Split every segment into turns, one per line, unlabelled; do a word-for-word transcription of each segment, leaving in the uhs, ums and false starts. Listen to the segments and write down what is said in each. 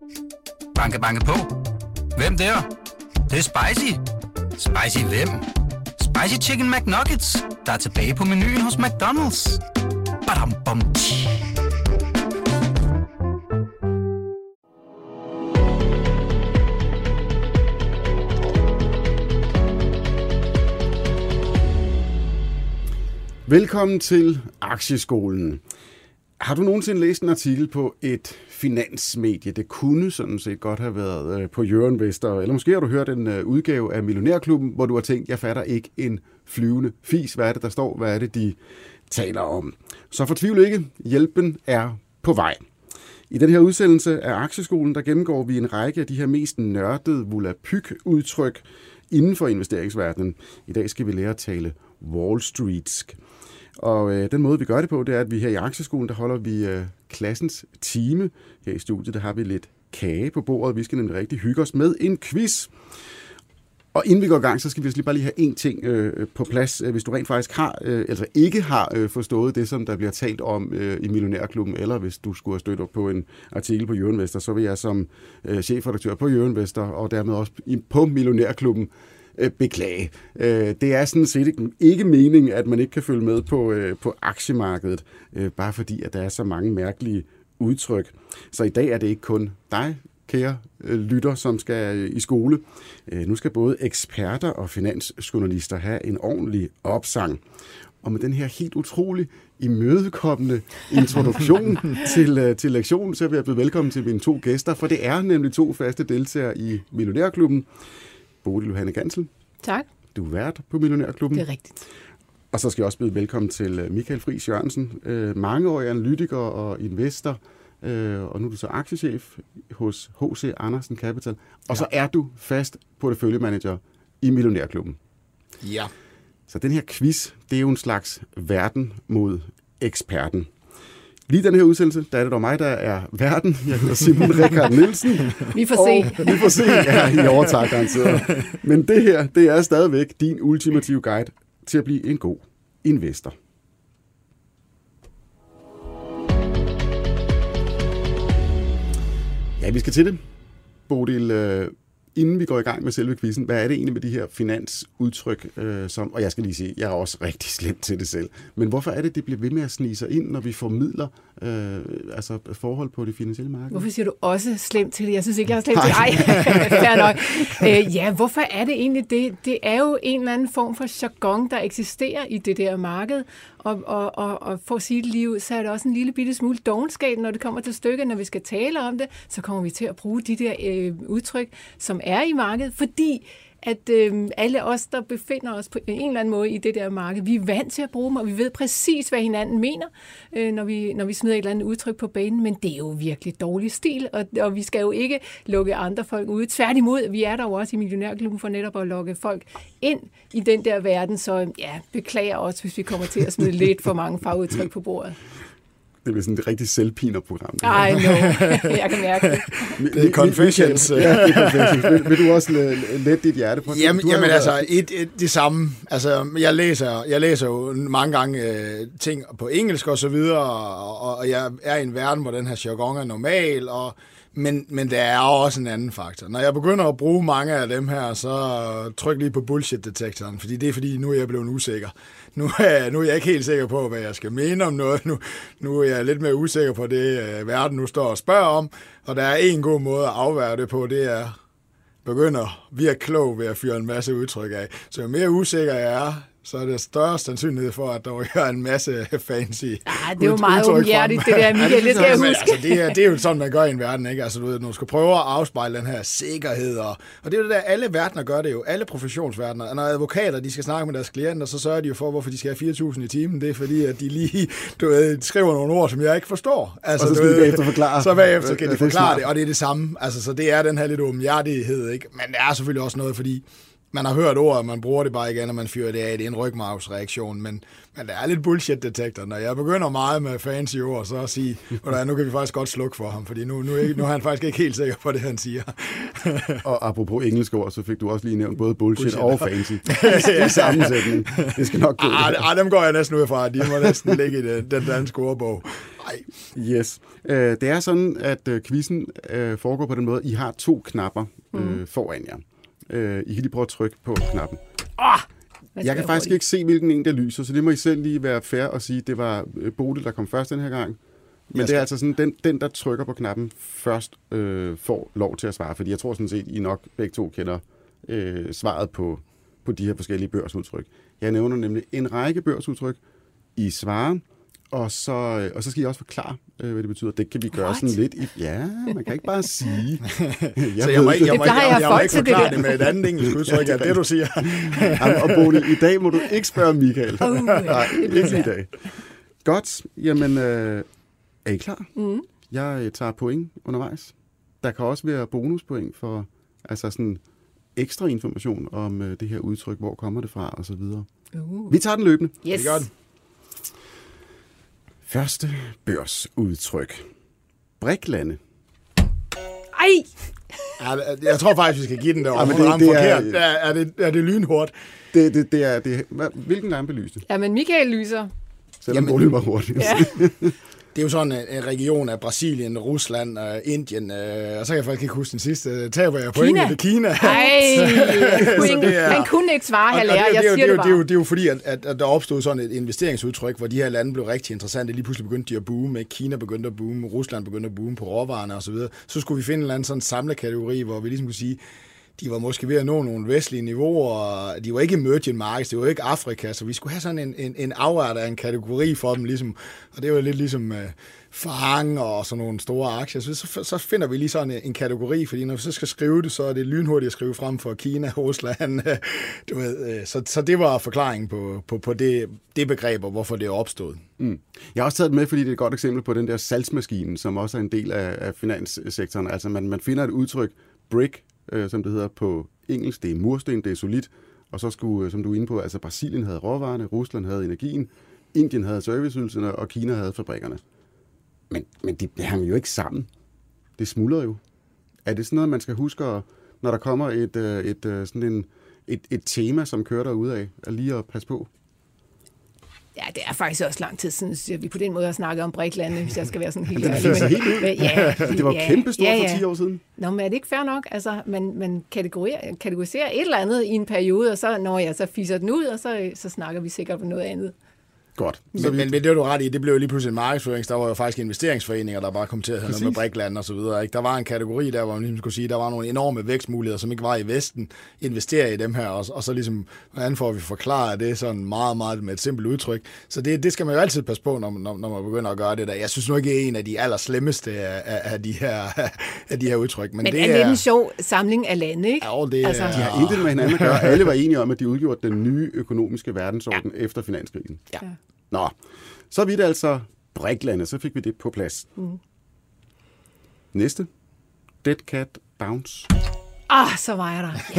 Banke, banke på. Hvem der? Det, det er spicy. Spicy hvem? Spicy Chicken McNuggets, der er tilbage på menuen hos McDonald's. Badum, bom, tji.
Velkommen til Aktieskolen. Har du nogensinde læst en artikel på et finansmedie? Det kunne sådan set godt have været på Euroinvestor, eller måske har du hørt en udgave af Millionærklubben, hvor du har tænkt, jeg fatter ikke en flyvende fis. Hvad er det, der står? Hvad er det, de taler om? Så fortvivl ikke. Hjælpen er på vej. I den her udsendelse af Aktieskolen, der gennemgår vi en række af de her mest nørdede volapyk-udtryk inden for investeringsverdenen. I dag skal vi lære at tale Wall Streetsk. Og øh, den måde, vi gør det på, det er, at vi her i Aktieskolen, der holder vi øh, klassens time. Her i studiet, der har vi lidt kage på bordet. Vi skal nemlig rigtig hygge os med en quiz. Og inden vi går i gang, så skal vi lige bare lige have én ting øh, på plads. Hvis du rent faktisk har, øh, altså ikke har øh, forstået det, som der bliver talt om øh, i Millionærklubben, eller hvis du skulle have stødt op på en artikel på Euroinvestor, så vil jeg som øh, chefredaktør på Euroinvestor, og dermed også på Millionærklubben, beklage. Det er sådan set ikke meningen, at man ikke kan følge med på, på aktiemarkedet, bare fordi, at der er så mange mærkelige udtryk. Så i dag er det ikke kun dig, kære lytter, som skal i skole. Nu skal både eksperter og finansjournalister have en ordentlig opsang. Og med den her helt utrolig imødekommende introduktion til, til lektionen, så vil jeg byde velkommen til mine to gæster, for det er nemlig to faste deltagere i Millionærklubben. Bodil Johanne Gansel.
Tak.
Du er vært på Millionærklubben.
Det er rigtigt.
Og så skal jeg også byde velkommen til Michael Friis Jørgensen, øh, mangeårig analytiker og investor, øh, og nu er du så aktiechef hos H C Andersen Capital, og ja. Så er du fast porteføljemanager i Millionærklubben.
Ja.
Så den her quiz, det er jo en slags verden mod eksperten. Lige den her udsendelse, der er det dog mig, der er verden. Jeg hedder Simon Rikard Nielsen.
Vi får se.
Vi får se, ja, i overtager garanteret. Men det her, det er stadigvæk din ultimative guide til at blive en god investor. Ja, vi skal til det. Bodil, øh, inden vi går i gang med selve quizzen, hvad er det egentlig med de her finansudtryk, øh, som, og jeg skal lige sige, jeg er også rigtig slem til det selv, men hvorfor er det, det bliver ved med at snige sig ind, når vi formidler øh, altså forhold på det finansielle marked?
Hvorfor siger du også slem til det? Jeg synes ikke, jeg er slem til det. Ej, fair nok. Øh, ja, hvorfor er det egentlig det? Det er jo en eller anden form for jargon, der eksisterer i det der marked, og, og, og, og for at sige det lige ud, så er det også en lille bitte smule dovenskab, når det kommer til stykket, når vi skal tale om det, så kommer vi til at bruge de der øh, udtryk, som er i markedet, fordi at øh, alle os, der befinder os på en eller anden måde i det der marked, vi er vant til at bruge dem, og vi ved præcis, hvad hinanden mener, øh, når, vi, når vi smider et eller andet udtryk på banen, men det er jo virkelig dårlig stil, og, og vi skal jo ikke lukke andre folk ud. Tværtimod, vi er der jo også i Millionærklubben for netop at lukke folk ind i den der verden, så ja, beklager os, hvis vi kommer til at smide lidt for mange fagudtryk på bordet.
Det bliver sådan et rigtig selvpinerprogram.
Ej, no. Jeg kan mærke det.
Det er confessions.
Ja, det er confessions. Vil, vil du også lette dit hjerte på det?
Jamen, jamen altså, et, et, det samme. Altså, jeg læser, jeg læser jo mange gange øh, ting på engelsk og så videre, og, og jeg er i en verden, hvor den her jargon er normal, og Men, men der er også en anden faktor. Når jeg begynder at bruge mange af dem her, så tryk lige på bullshit-detektoren, fordi det er fordi, nu er jeg blevet usikker. Nu er, nu er jeg ikke helt sikker på, hvad jeg skal mene om noget. Nu, nu er jeg lidt mere usikker på det, uh, verden nu står og spørger om. Og der er en god måde at afvære det på, det er begynder virke klog ved at fyre en masse udtryk af. Så jo mere usikker jeg er, så er det større sandsynlighed for, at der er en masse fancy
ja, det er jo meget umhjertigt, det der, Michael, det skal jeg huske.
Altså, det, er, det er jo sådan, man gør i en verden, ikke? Altså, du ved, du skal prøve at afspejle den her sikkerhed, og, og det er jo det der, alle verdener gør det jo, alle professionsverdener. Når advokater, de skal snakke med deres klienter, så sørger de jo for, hvorfor de skal have fire tusind i timen. Det er fordi, at de lige, du ved, skriver nogle ord, som jeg ikke forstår. Altså,
og så skal de bagefter forklare.
Så bagefter kan de forklare det, og det er det samme. Altså, så det er den her lidt umhjertighed, ikke? Men det er selvfølgelig også noget, fordi man har hørt ord, og man bruger det bare igen, og man fyrer det af. Det er en rygmarvsreaktion, men, men der er lidt bullshit-detektor. Når jeg begynder meget med fancy ord, så at sige, nu kan vi faktisk godt slukke for ham, fordi nu, nu, nu er han faktisk ikke helt sikker på det, han siger.
Og apropos engelske ord, så fik du også lige nævnt både bullshit, bullshit. og fancy. Det er sammensætning. Det skal nok gå.
Ah, ah, dem går jeg næsten ud fra. De må næsten ligge i den, den danske ordbog. Nej.
Yes. Øh, det er sådan, at øh, quizzen øh, foregår på den måde, I har to knapper øh, mm. foran jer. Øh, I kan lige prøve at trykke på knappen.
Oh,
jeg kan faktisk ikke se, hvilken en der lyser, så det må I selv lige være fair at sige, det var Bodil, der kom først den her gang. Men det er altså sådan, den, den der trykker på knappen først øh, får lov til at svare, fordi jeg tror sådan set, I nok begge to kender øh, svaret på, på de her forskellige børsudtryk. Jeg nævner nemlig en række børsudtryk, I svarer, og så, og så skal I også forklare, øh, hvad det betyder. Det kan vi gøre
What?
sådan lidt i... Ja, man kan ikke bare sige.
Jeg så jeg må ikke, jeg må,
jeg,
jeg, jeg, jeg må ikke forklare
det,
det med et andet engelsk udtryk, ja, det du siger.
Jamen, og Bodil, i dag må du ikke spørge Michael.
Oh,
Nej, ikke i dag. Godt, jamen, øh, er I klar?
Mm.
Jeg tager point undervejs. Der kan også være bonuspoint for altså sådan ekstra information om øh, det her udtryk, hvor kommer det fra, og så videre.
Uh.
Vi tager den løbende.
Yes.
Det gør den.
Første børsudtryk. Briklande.
Ej!
Ja, jeg tror faktisk, vi skal give den der.
Ja, men
det,
det- det er-
forkert. Er, er, det, er det lynhurtigt?
Det, det, det er, det, hvad, hvilken lampe lyste?
Ja, men Michael lyser.
Selvom
Jamen-
Bodil var hurtigt.
Ja.
Det er jo sådan en, en region af Brasilien, Rusland, øh, Indien, øh, og så kan jeg faktisk ikke huske den sidste. Taber jeg point,
Kina.
det er Kina.
Ej!
Så det er-
Han kunne ikke svare,
Og-
jeg
og
lærer.
det er
Jeg
jo-
siger
det er
det
jo- det er jo-
bare.
Det er jo fordi, at, at, at der opstod sådan et investeringsudtryk, hvor de her lande blev rigtig interessante. Lige pludselig begyndte de at boome. Kina begyndte at boome, Rusland begyndte at boome på råvarerne osv. Så, så skulle vi finde en eller anden sådan samlekategori, hvor vi ligesom kunne sige, de var måske ved at nå nogle vestlige niveauer, og de var ikke emerging markets, det var ikke Afrika, så vi skulle have sådan en, en, en afart af en kategori for dem, ligesom, og det var lidt ligesom uh, Fang og sådan nogle store aktier. Så, så, så finder vi lige sådan en, en kategori, fordi når vi så skal skrive det, så er det lynhurtigt at skrive frem for Kina, Rusland, du ved, uh, så, så det var forklaringen på, på, på det, det begreb, og hvorfor det er opstået.
Mm. Jeg har også taget det med, fordi det er et godt eksempel på den der salgsmaskine, som også er en del af, af finanssektoren. Altså man, man finder et udtryk, brick, øh, som det hedder på engelsk, det er mursten, det er solidt, og så skulle, som du er inde på, altså Brasilien havde råvarerne, Rusland havde energien, Indien havde serviceydelserne, og Kina havde fabrikkerne. Men, men de hænger jo ikke sammen. Det smuldrer jo. Er det sådan noget, man skal huske, at, når der kommer et, et, et, sådan en, et, et tema, som kører derude af, at lige at passe på?
Ja, det er faktisk også lang tid siden, at vi på den måde har snakket om briklande, hvis jeg skal være sådan helt
Den
ærlig.
flytter sig
Men-
helt ud.
men- ja,
Det var
ja,
kæmpestort
ja, ja.
for ti år siden.
Nå, men er det ikke fair nok? Altså, man, man kategoriserer, kategoriserer et eller andet i en periode, og så når jeg så fiser den ud, og så, så snakker vi sikkert om noget andet.
Godt. Så
Men,
vi,
men, men det er du ret i, det blev jo lige pludselig en markedsføring. Der var jo faktisk investeringsforeninger, der bare kom til at have noget med
Præcis.
brikland og så videre. Ikke? Der var en kategori der, hvor man ligesom skulle sige, der var nogle enorme vækstmuligheder, som ikke var i Vesten. Investere i dem her, og, og så ligesom, hvordan får vi forklaret det sådan meget, meget med et simpelt udtryk. Så det, det skal man jo altid passe på, når, når, når man begynder at gøre det der. Jeg synes nu ikke, det er en af de allerslemmeste af, af, af, de, her, af de her udtryk. Men,
Men
det
er lidt en sjov samling af lande, ikke?
Ja, det
Altså-
er,
de har intet med hinanden at gøre. Alle var enige om, at de udgjorde den nye økonomiske verdensorden ja. efter finanskrisen.
Ja.
Nå, så vidt altså briklande, så fik vi det på plads. Mm. Næste. Dead Cat Bounce.
Ah, så var jeg der.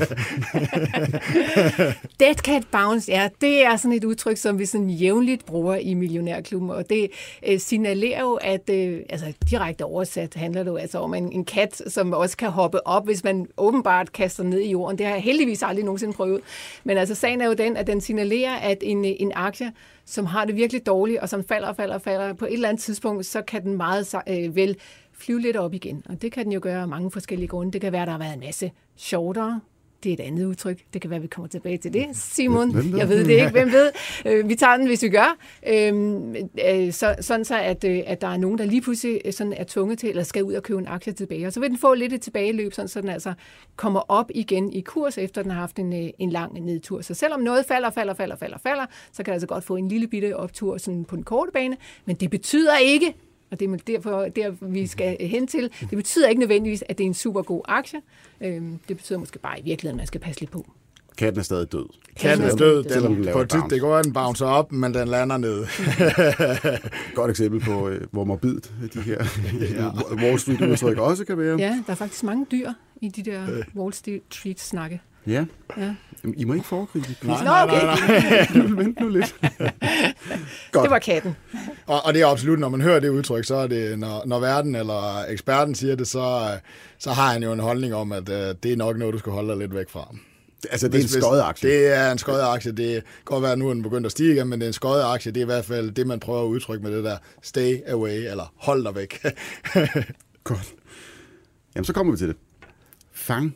Yes. Dead Cat Bounce, ja, det er sådan et udtryk, som vi sådan jævnligt bruger i Millionærklubben, og det øh, signalerer jo, at øh, altså, direkte oversat handler det jo altså om en, en kat, som også kan hoppe op, hvis man åbenbart kaster ned i jorden. Det har jeg heldigvis aldrig nogensinde prøvet. Men altså, sagen er jo den, at den signalerer, at en, en aktie, som har det virkelig dårligt, og som falder og falder og falder, på et eller andet tidspunkt, så kan den meget øh, vel flyve lidt op igen. Og det kan den jo gøre af mange forskellige grunde. Det kan være, at der har været en masse shortere. Det er et andet udtryk. Det kan være, at vi kommer tilbage til det. Simon,
Hvem ved?
jeg ved det ikke. Hvem ved? Øh, vi tager den, hvis vi gør. Øhm, øh, så, sådan så, at, øh, at der er nogen, der lige pludselig sådan er tvunget til, eller skal ud og købe en aktie tilbage. Og så vil den få lidt et tilbageløb, sådan, så den altså kommer op igen i kurs, efter den har haft en, øh, en lang nedtur. Så selvom noget falder, falder, falder, falder, falder, så kan det altså godt få en lille bitte optur sådan på den korte bane. Men det betyder ikke, og det er derfor, der vi skal hen til. Det betyder ikke nødvendigvis, at det er en super god aktie. Øhm, det betyder måske bare i virkeligheden, at man skal passe lidt på.
Katten er stadig død.
katten er
Selvom-
død.
selvom den
Den,
laver
på
et
tit,
bounce.
det går, at den bouncer op, men den lander ned.
Godt eksempel på, øh, hvor morbidt de her Wall Street-udtryk også kan være.
Ja, der er faktisk mange dyr i de der Wall Street-snakke.
Ja.
Ja.
I må ikke foregribe.
Nej,
Nå, okay.
Vent nu lidt. Godt.
Det var katten.
Og, og det er absolut, når man hører det udtryk, så er det, når, når verden eller eksperten siger det, så, så har han jo en holdning om, at uh, det er nok noget, du skal holde dig lidt væk fra.
Altså, det er en skøjet aktie.
Det er en skøjet aktie. Det kan godt være, at nu er den begyndt at stige igen, men det er en skøjet aktie. Det er i hvert fald det, man prøver at udtrykke med det der stay away, eller hold dig væk.
Godt. Jamen, så kommer vi til det. Fang.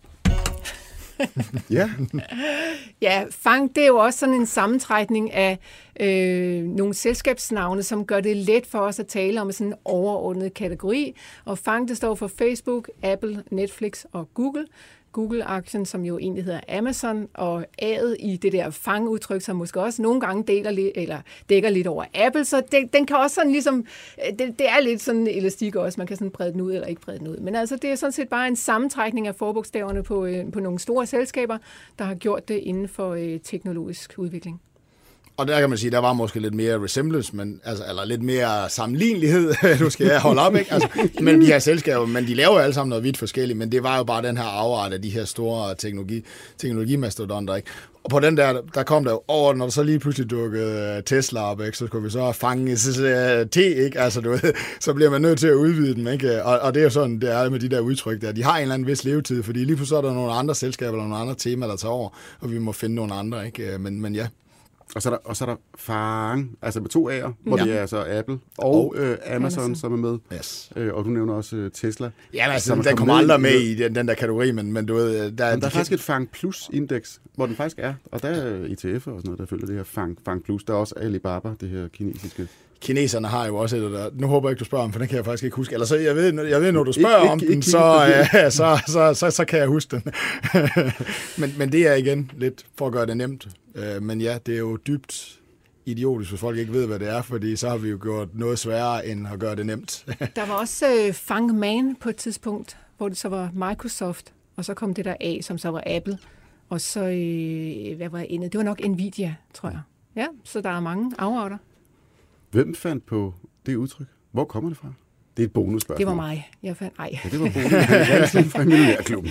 Ja.
Ja, Fang, det er jo også sådan en sammentrækning af øh, nogle selskabsnavne, som gør det let for os at tale om sådan en overordnet kategori. Og Fang, det står for Facebook, Apple, Netflix og Google. Google-aktien, som jo egentlig hedder Amazon, og A'et i det der Fang-udtryk, som måske også nogle gange deler lidt, eller dækker lidt over Apple, så det, den kan også sådan ligesom, det, det er lidt sådan elastik også, man kan sådan brede den ud eller ikke brede den ud. Men altså, det er sådan set bare en sammentrækning af forbogstaverne på, øh, på nogle store selskaber, der har gjort det inden for øh, teknologisk udvikling.
Og der kan man sige, der var måske lidt mere resemblance, men, altså, eller lidt mere sammenlignelighed, du skal holde op, ikke? Altså, mellem de her selskaber, men de laver jo alle sammen noget vidt forskelligt, men det var jo bare den her afart af de her store teknologi, teknologimastodonter, ikke? Og på den der, der kom der jo over, når der så lige pludselig dukkede Tesla op, ikke? Så skulle vi så fange T, ikke? Altså, du ved, så bliver man nødt til at udvide dem, ikke? Og, og det er jo sådan, det er med de der udtryk der. De har en eller anden vis levetid, fordi lige pludselig er der nogle andre selskaber eller nogle andre temaer, der tager over, og vi må finde nogle andre, ikke? Men, men ja.
Og så er der, og så er der Fang, altså med to A'er, hvor ja. det er altså Apple og, og øh, Amazon, Amazon, som er med.
Yes.
Øh, og du nævner også øh, Tesla.
Ja, altså, den kommer aldrig med i den, den der kategori, men, men du ved... Der,
men der er
de
faktisk et Fang Plus-indeks, hvor den faktisk er. Og der er E T F'er og sådan noget, der følger det her Fang, Fang Plus. Der er også Alibaba, det her kinesiske.
Kineserne har jo også et der. Nu håber jeg ikke, du spørger om, for den kan jeg faktisk ikke huske. Eller så, jeg ved, jeg ved når du spørger ikke, om ikke, den, ikke, så, ja, så, så, så, så kan jeg huske den. men, men det er igen lidt for at gøre det nemt. Men ja, det er jo dybt idiotisk, hvis folk ikke ved, hvad det er, fordi så har vi jo gjort noget sværere, end at gøre det nemt.
Der var også øh, Fang Man på et tidspunkt, hvor det så var Microsoft, og så kom det der A, som så var Apple, og så, øh, hvad var jeg inde? Det var nok Nvidia, tror jeg. Ja, så der er mange afarter.
Hvem fandt på det udtryk? Hvor kommer det fra? Det er et bonusspørgsmål.
Det var mig. Jeg fandt, ej.
Ja, det var bonus. Det var fra Millionærklubben.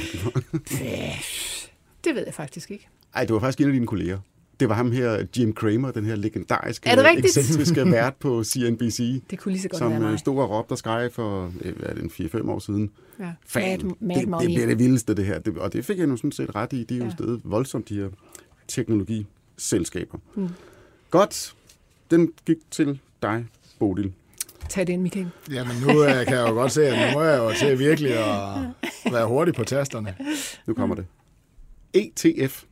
Det ved jeg faktisk ikke.
Ej, det var faktisk en af dine kolleger. Det var ham her, Jim Cramer, den her legendariske, ekscentriske vært på C N B C.
Det kunne lige så godt
som
være mig.
stod og råbte og skreg for hvad er det, fire fem år siden.
Ja.
Fan,
mad, mad
det,
money.
det bliver det vildeste, det her. Det, og det fik jeg nu sådan set ret i. Det er jo ja. stadig voldsomt, de her teknologiselskaber. Hmm. Godt. Den gik til dig, Bodil.
Tag den, Michael.
Jamen, nu kan jeg jo godt se, at nu må jeg jo til virkelig at være hurtig på tasterne.
Nu kommer det. E T F.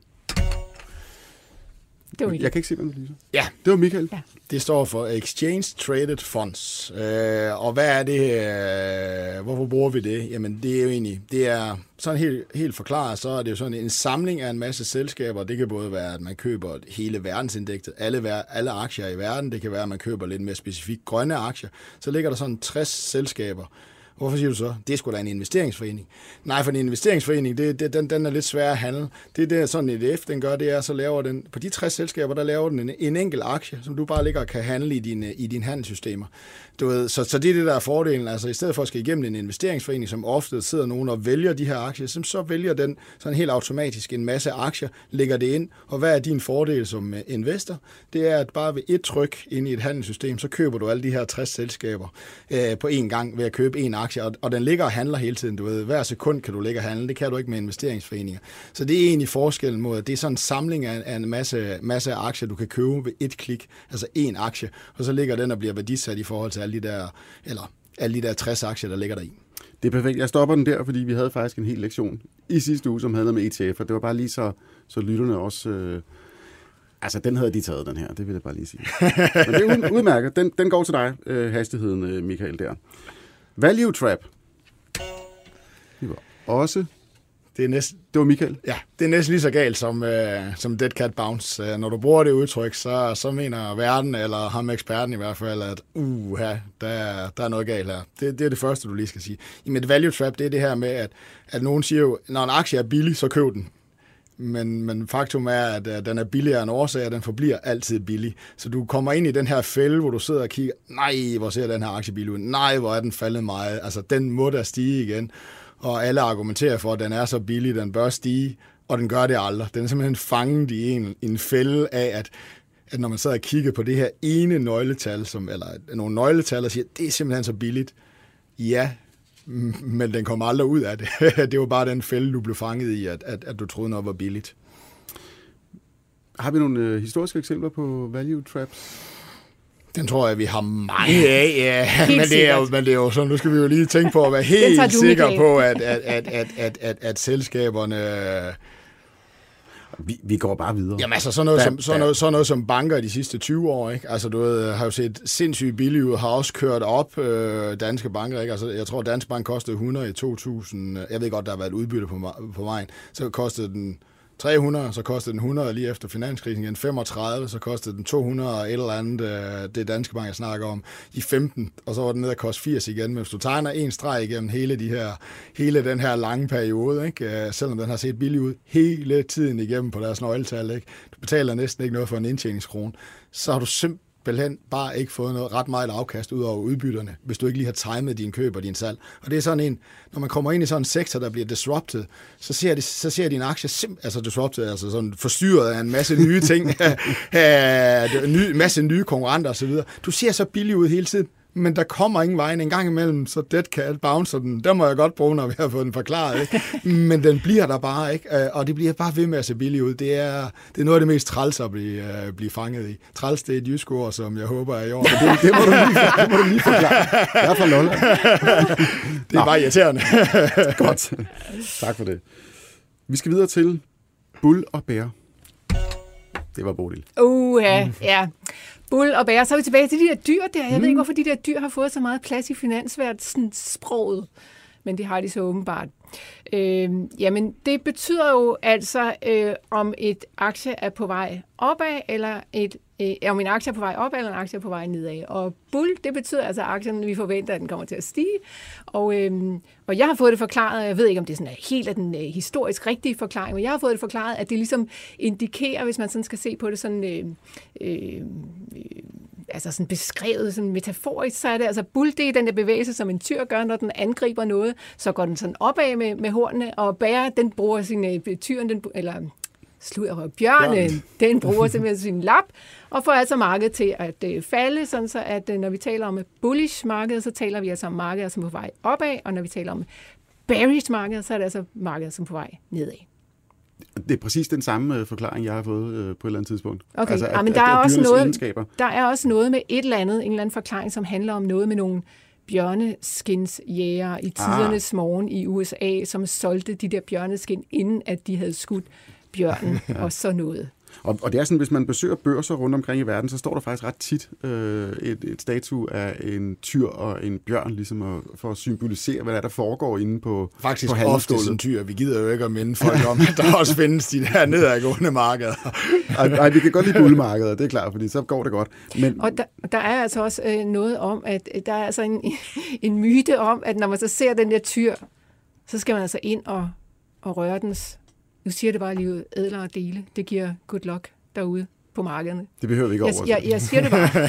Det var
jeg kan ikke se, hvad det lyser.
Ja.
Det var Michael.
Ja. Det står for Exchange Traded Funds. Øh, og hvad er det? Øh, hvorfor bruger vi det? Jamen, det er jo egentlig, det er sådan helt, helt forklaret, så er det jo sådan en samling af en masse selskaber. Det kan både være, at man køber hele verdensindekset, alle, alle aktier i verden. Det kan være, at man køber lidt mere specifikt grønne aktier. Så ligger der sådan tres selskaber. Hvorfor siger du så? Det er sgu da en investeringsforening. Nej, for en investeringsforening, det, det, den, den er lidt svær at handle. Det er det, sådan en E T F, den gør, det er, så laver den, på de tres selskaber, der laver den en, en enkelt aktie, som du bare ligger og kan handle i dine, i dine handelssystemer. Du ved, så, så det er det, der er fordelen. Altså, i stedet for at skal igennem en investeringsforening, som ofte sidder nogen og vælger de her aktier, som så vælger den sådan helt automatisk en masse aktier, lægger det ind. Og hvad er din fordel som investor? Det er, at bare ved et tryk ind i et handelssystem, så køber du alle de her tres selskaber øh, på én gang ved at købe en aktie. Og, og den ligger og handler hele tiden. Du ved, hver sekund kan du ligge og handle. Det kan du ikke med investeringsforeninger. Så det er egentlig forskellen mod, at det er sådan en samling af, af en masse, masse aktier, du kan købe ved et klik. Altså én aktie. Og så ligger den og bliver værdisat i forhold til alle de der, eller alle de der tres aktier, der ligger der i.
Det er perfekt. Jeg stopper den der, fordi vi havde faktisk en hel lektion i sidste uge, som havde med E T F, og det var bare lige så, så lytterne også... Øh, altså, den havde de taget, den her. Det vil jeg bare lige sige. Men det er udmærket. Den, den går til dig, øh, hastigheden, øh, Michael, der. Value Trap. Det var også...
Det, er næsten,
det var Michael.
Ja, det er næsten lige så galt som, øh, som Dead Cat Bounce. Øh, når du bruger det udtryk, så, så mener verden, eller ham eksperten i hvert fald, at uh, der, der er noget galt her. Det, det er det første, du lige skal sige. I med Value Trap, det er det her med, at, at nogen siger jo, når en aktie er billig, så køb den. Men, men faktum er, at, at den er billigere end årsag, og den forbliver altid billig. Så du kommer ind i den her fælde, hvor du sidder og kigger, nej, hvor ser den her aktie billig ud? Nej, hvor er den faldet meget? Altså, den må da stige igen. Og alle argumenterer for, at den er så billig, den bør stige, og den gør det aldrig. Den er simpelthen fanget i en, en fælde af, at, at når man sidder og kigger på det her ene nøgletal, som, eller nogle nøgletal, og siger, det er simpelthen så billigt. Ja, men den kom aldrig ud af det. Det var bare den fælde, du blev fanget i, at, at, at du troede noget var billigt.
Har vi nogle øh, historiske eksempler på value traps?
Den tror jeg, vi har mange af, ja. men, det er jo, men det er jo sådan, nu skal vi jo lige tænke på at være helt sikre på, at, at, at, at, at, at, at selskaberne...
Vi, vi går bare videre.
Jamen altså, sådan noget, som, sådan, noget, sådan noget som banker de sidste tyve år, ikke? Altså, du ved, har jo set sindssygt billigt ud, har også kørt op øh, danske banker, ikke? Altså, jeg tror, Danske Bank kostede hundrede i to tusind. Jeg ved godt, der har været udbytte på, på vejen. Så kostede den tre hundrede, så kostede den hundrede lige efter finanskrisen igen, femogtredive, så kostede den to hundrede og et eller andet, det Danske Bank, jeg snakker om, i femten, og så var den nede at koste firs igen. Men hvis du tegner en streg igennem hele, de her, hele den her lange periode, ikke? Selvom den har set billig ud hele tiden igennem på deres nøgletal, ikke? Du betaler næsten ikke noget for en indtjeningskrone, så har du simpelthen bare ikke fået noget ret meget afkast ud over udbytterne, hvis du ikke lige har timet din køb og din salg. Og det er sådan en, når man kommer ind i sådan en sektor, der bliver disrupted, så ser, de, så ser din aktie simpelthen, altså disrupted, altså sådan forstyrret af en masse nye ting, en masse nye konkurrenter osv. Du ser så billig ud hele tiden, men der kommer ingen vej en gang imellem, så dead cat bouncer den. Der må jeg godt bruge, når vi har fået den forklaret, ikke? Men den bliver der bare, ikke? Og det bliver bare ved med at se billig ud. Det er, det er noget af det mest træls at blive, uh, blive fanget i. Træls, det er et jysk ord, som jeg håber er i år.
Det, det, må, du lige, det må du lige forklare. Jeg er fra Lolland.
Det er Nå. bare irriterende.
Godt. Tak for det. Vi skal videre til Bull og Bær. Det var Bodil.
Uh, ja, ja. Bull og bær. Så er vi tilbage til de der dyr der. Jeg mm. ved ikke, hvorfor de der dyr har fået så meget plads i finansverdenssproget, men det har de så åbenbart. Øh, jamen, det betyder jo altså, øh, om et aktie er på vej opad, eller et, øh, om en aktie er på vej opad, eller en aktie er på vej nedad. Og bull, det betyder altså, at aktien, vi forventer, at den kommer til at stige. Og, øh, og jeg har fået det forklaret, jeg ved ikke, om det er sådan helt af den øh, historisk rigtige forklaring, men jeg har fået det forklaret, at det ligesom indikerer, hvis man sådan skal se på det sådan... Øh, øh, altså sådan beskrevet, sådan metaforisk, så er det altså bull, det er den der bevægelse, som en tyr gør, når den angriber noget, så går den sådan opad med, med hornene, og bær, den bruger sin tyren, den, eller sludder, bjørnen, den bruger simpelthen sin lap, og får altså markedet til at øh, falde, sådan så at øh, når vi taler om bullish marked, så taler vi altså om markeder, som er på vej opad, og når vi taler om bearish marked, så er det altså markeder, som er på vej nedad.
Det er præcis den samme øh, forklaring, jeg har fået øh, på et eller andet tidspunkt.
Okay,
altså,
at, ja, men
at,
der,
at,
er
at
også noget,
egenskaber.
der er også noget med et eller andet, en eller anden forklaring, som handler om noget med nogle bjørneskinsjæger i tidernes ah. morgen i U S A, som solgte de der bjørneskin, inden at de havde skudt bjørnen ja. og så noget.
Og, og det er sådan, hvis man besøger børser rundt omkring i verden, så står der faktisk ret tit øh, et, et statue af en tyr og en bjørn, ligesom at, for at symbolisere, hvad der, er, der foregår inde på
Faktisk
på
ofte en tyr. Vi gider jo ikke at minde folk om, at der også findes de der nedadgående markeder.
Nej, vi kan godt lide bullmarkeder, det er klart, fordi så går det godt. Men...
Og der, der er altså også øh, noget om, at der er altså en, en myte om, at når man så ser den der tyr, så skal man altså ind og, og røre dens... Nu siger det bare lige ud, ædler og dele. Det giver good luck derude på markederne.
Det behøver vi ikke over.
Jeg, jeg, jeg siger det bare.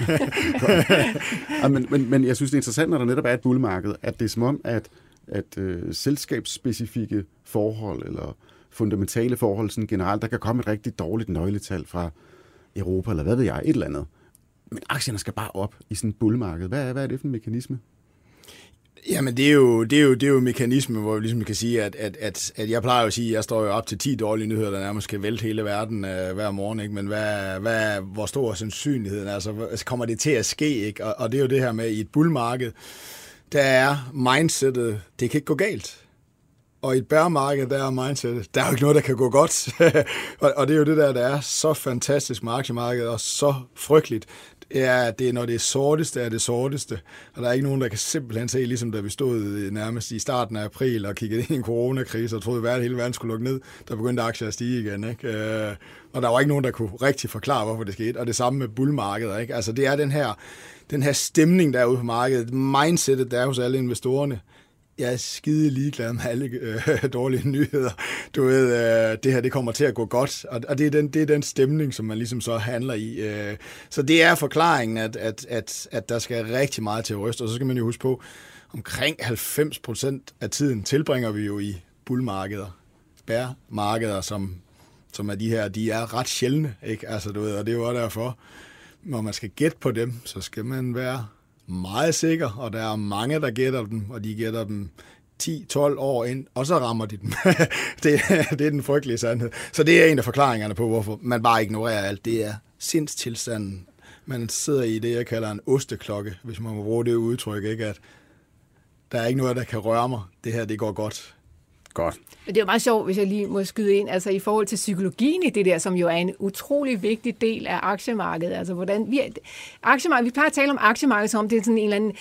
ja, men, men, men jeg synes, det er interessant, når der netop er et bullmarked, at det er som om, at, at øh, selskabsspecifikke forhold, eller fundamentale forhold sådan generelt, der kan komme et rigtig dårligt nøgletal fra Europa, eller hvad ved jeg, et eller andet. Men aktierne skal bare op i sådan et bullmarked. Hvad er, hvad er det for en mekanisme?
Jamen, det er jo, det er jo, det er jo mekanisme, hvor vi ligesom kan sige, at, at, at, at jeg plejer jo at sige, at jeg står jo op til ti dårlige nyheder, der nærmest skal vælte hele verden uh, hver morgen, ikke? Men hvad, hvad, hvor stor er sandsynligheden? Altså, kommer det til at ske, ikke? Og, og det er jo det her med, i et bullmarked, der er mindsetet, det kan ikke gå galt. Og i et bærmarked, der er mindsetet, der er jo ikke noget, der kan gå godt. og, og det er jo det der, der er så fantastisk med aktiemarkedet, og så frygteligt. Ja, det er, når det er sorteste, er det sorteste. Og der er ikke nogen, der kan simpelthen se, ligesom da vi stod nærmest i starten af april og kiggede ind i en coronakrise og troede, at hele verden skulle lukke ned, der begyndte aktier at stige igen. Ikke? Og der var ikke nogen, der kunne rigtig forklare, hvorfor det skete. Og det samme med bullmarkedet. Ikke? Altså, det er den her, den her stemning, der er ude på markedet, mindsetet, der er hos alle investorerne. Jeg er skide ligeglad med alle øh, dårlige nyheder. Du ved, øh, det her det kommer til at gå godt, og, og det, er den, det er den stemning, som man ligesom så handler i. Øh. Så det er forklaringen, at, at, at, at der skal rigtig meget til at ryste, og så skal man jo huske på, omkring halvfems procent af tiden tilbringer vi jo i bullmarkeder, bærmarkeder, som, som er de her, de er ret sjældne, ikke? Altså, du ved, og det er jo derfor, når man skal gætte på dem, så skal man være meget sikker, og der er mange, der gætter dem, og de gætter dem ti tolv år ind, og så rammer de dem. det, det er den frygtelige sandhed. Så det er en af forklaringerne på, hvorfor man bare ignorerer alt. Det er sindstilstanden. Man sidder i det, jeg kalder en osteklokke, hvis man må bruge det udtryk, ikke? At der er ikke noget, der kan røre mig. Det her, det går godt.
Godt.
Det er jo meget sjovt, hvis jeg lige må skyde ind, altså i forhold til psykologien i det der, som jo er en utrolig vigtig del af aktiemarkedet. Altså hvordan vi, aktiemarkedet, vi plejer at tale om aktiemarkedet, som om det er sådan en eller anden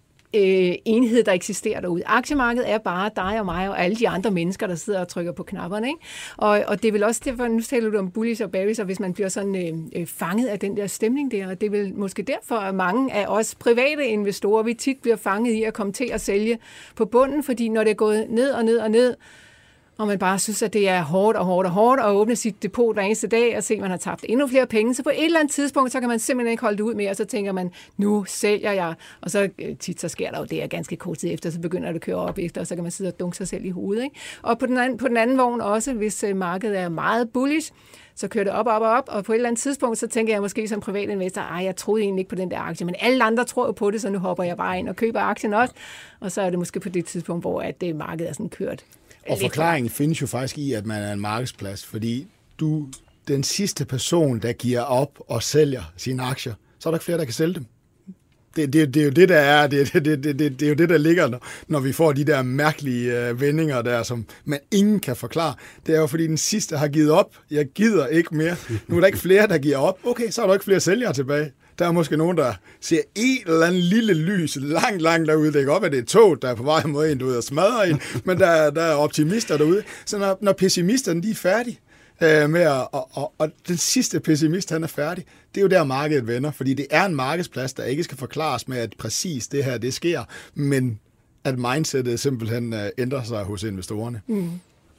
øh, enhed, der eksisterer derude. Aktiemarkedet er bare dig og mig og alle de andre mennesker, der sidder og trykker på knapperne. Ikke? Og, og det er vel også derfor, nu taler du om bullish og bearish, og hvis man bliver sådan øh, fanget af den der stemning der, og det er vel måske derfor, at mange af os private investorer, vi tit bliver fanget i at komme til at sælge på bunden, fordi når det er gået ned og ned og ned, og man bare synes, at det er hårdt og hårdt og hårdt at åbne sit depot hver eneste dag og se, at man har tabt endnu flere penge. Så på et eller andet tidspunkt, så kan man simpelthen ikke holde det ud mere, og så tænker man, nu sælger jeg. Og så tit så sker der jo det, er ganske kort tid efter, så begynder det at køre op efter, og så kan man sidde og dunke sig selv i hovedet. Ikke? Og på den, anden, på den anden vogn også, hvis markedet er meget bullish, så kører det op, op og op, og på et eller andet tidspunkt, så tænker jeg måske som privat investor, ej, jeg troede egentlig ikke på den der aktie, men alle andre tror jo på det, så nu hopper jeg bare ind og køber aktien også, og så er det måske på det tidspunkt, hvor at det markedet er sådan kørt.
Og forklaringen findes jo faktisk i, at man er en markedsplads, fordi du den sidste person, der giver op og sælger sine aktier, så er der ikke flere, der kan sælge dem. Det, det, det er jo det, der er, det, det, det, det, det er jo det, der ligger, når, når vi får de der mærkelige uh, vendinger der, som man ingen kan forklare. Det er jo, fordi den sidste har givet op. Jeg gider ikke mere. Nu er der ikke flere, der giver op. Okay, så er der ikke flere sælgere tilbage. Der er måske nogen, der ser en eller anden lille lys langt, langt derude. Det kan godt være, det er et tog, der er på vej mod en, du ved, og smadrer en, men der, der er optimister derude. Så når, når pessimisterne, de er færdige øh, med at, og, og, og den sidste pessimist, han er færdig, det er jo der, markedet vender, fordi det er en markedsplads, der ikke skal forklares med, at præcis det her, det sker, men at mindsetet simpelthen øh, ændrer sig hos investorerne. Mm.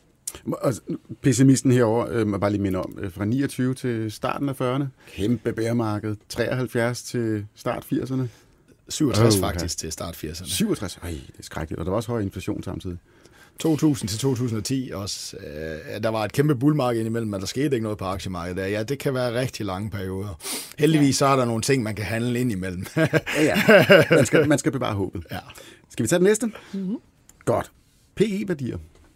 Og pessimisten herovre, øh, må bare lige minde om, øh, fra niogtyve til starten af fyrrerne, kæmpe bæremarked, treoghalvfjerds til start firserne.
syvogtres oh, faktisk okay. til start firserne.
syvogtres, ej, det er skrækkeligt, og der var også høj inflation samtidig.
to tusind til to tusind og ti også, øh, der var et kæmpe bullmarked indimellem, men der skete ikke noget på aktiemarkedet. Ja, det kan være rigtig lange perioder. Heldigvis så er der nogle ting, man kan handle ind imellem.
ja, ja. Man skal, man skal bevare håbet.
Ja.
Skal vi tage den næste? Mm-hmm. Godt. P E-værdier.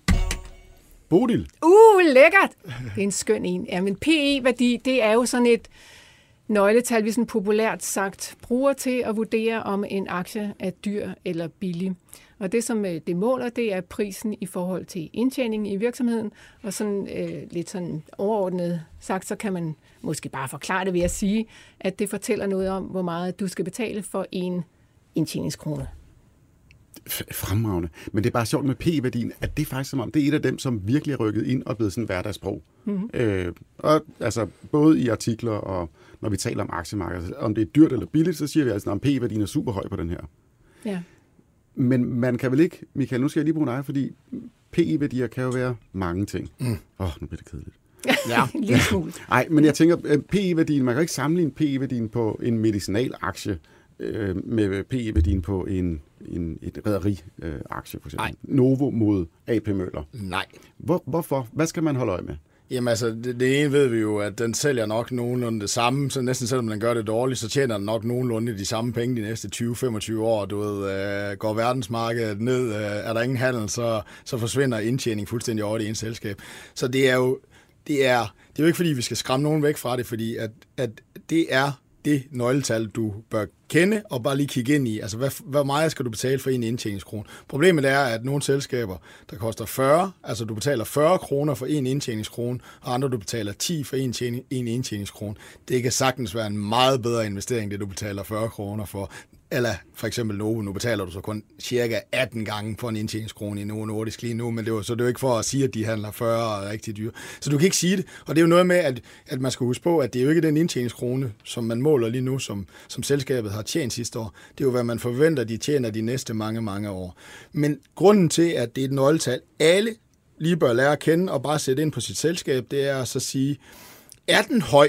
Bodil.
Uh, lækkert! Det er en skøn en. Ja, men P E-værdi, det er jo sådan et nøgletal, vi sådan populært sagt bruger til at vurdere, om en aktie er dyr eller billig. Og det, som det måler, det er prisen i forhold til indtjeningen i virksomheden. Og sådan øh, lidt sådan overordnet sagt, så kan man måske bare forklare det ved at sige, at det fortæller noget om, hvor meget du skal betale for en indtjeningskrone.
Fremragende. Men det er bare sjovt med P E-værdien, at det er faktisk som om, det er et af dem, som virkelig er rykket ind og blevet sådan hverdagssprog. Mm-hmm. Øh, og altså både i artikler og når vi taler om aktiemarkedet, om det er dyrt eller billigt, så siger vi altså, at P E-værdien er super høj på den her. Ja. Men man kan vel ikke, Michael, nu skal jeg lige bruge dig, fordi P E-værdier kan jo være mange ting. Åh, mm. oh, nu bliver det kedeligt.
Ja, lidt smule.
Nej, men jeg tænker, P E-værdien, man kan ikke sammenligne P E-værdien på en medicinalaktie med P E-værdien på en, en, et rederi-aktie, for eksempel. Nej. Novo mod A P Møller.
Nej.
Hvor, hvorfor? Hvad skal man holde øje med?
Jamen altså, det, det ene ved vi jo, at den sælger nok nogenlunde det samme, så næsten selvom den gør det dårligt, så tjener den nok nogenlunde de samme penge de næste tyve til femogtyve år. Du ved, øh, går verdensmarkedet ned, øh, er der ingen handel, så, så forsvinder indtjening fuldstændig over det ene selskab. Så det er jo, det er, det er jo ikke fordi, vi skal skræmme nogen væk fra det, fordi at, at det er det nøgletal, du bør kende og bare lige kigge ind i. Altså, hvad, hvor meget skal du betale for en indtjeningskrone? Problemet er, at nogle selskaber, der koster fyrre, altså du betaler fyrre kroner for en indtjeningskrone, og andre, du betaler ti for en, tjening, en indtjeningskrone. Det kan sagtens være en meget bedre investering, det du betaler fyrre kroner for. Eller for eksempel Novo, nu betaler du så kun cirka atten gange for en indtjeningskrone i Novo Nordisk lige nu, men det var, så det er jo ikke for at sige, at de handler fyrre og er rigtig dyre. Så du kan ikke sige det, og det er jo noget med, at, at man skal huske på, at det er jo ikke den indtjeningskrone, som man måler lige nu, som, som selskabet har tjent sidste år. Det er jo, hvad man forventer, de tjener de næste mange, mange år. Men grunden til, at det er et nøgletal, alle lige bør lære at kende og bare sætte ind på sit selskab, det er at så sige, er den høj,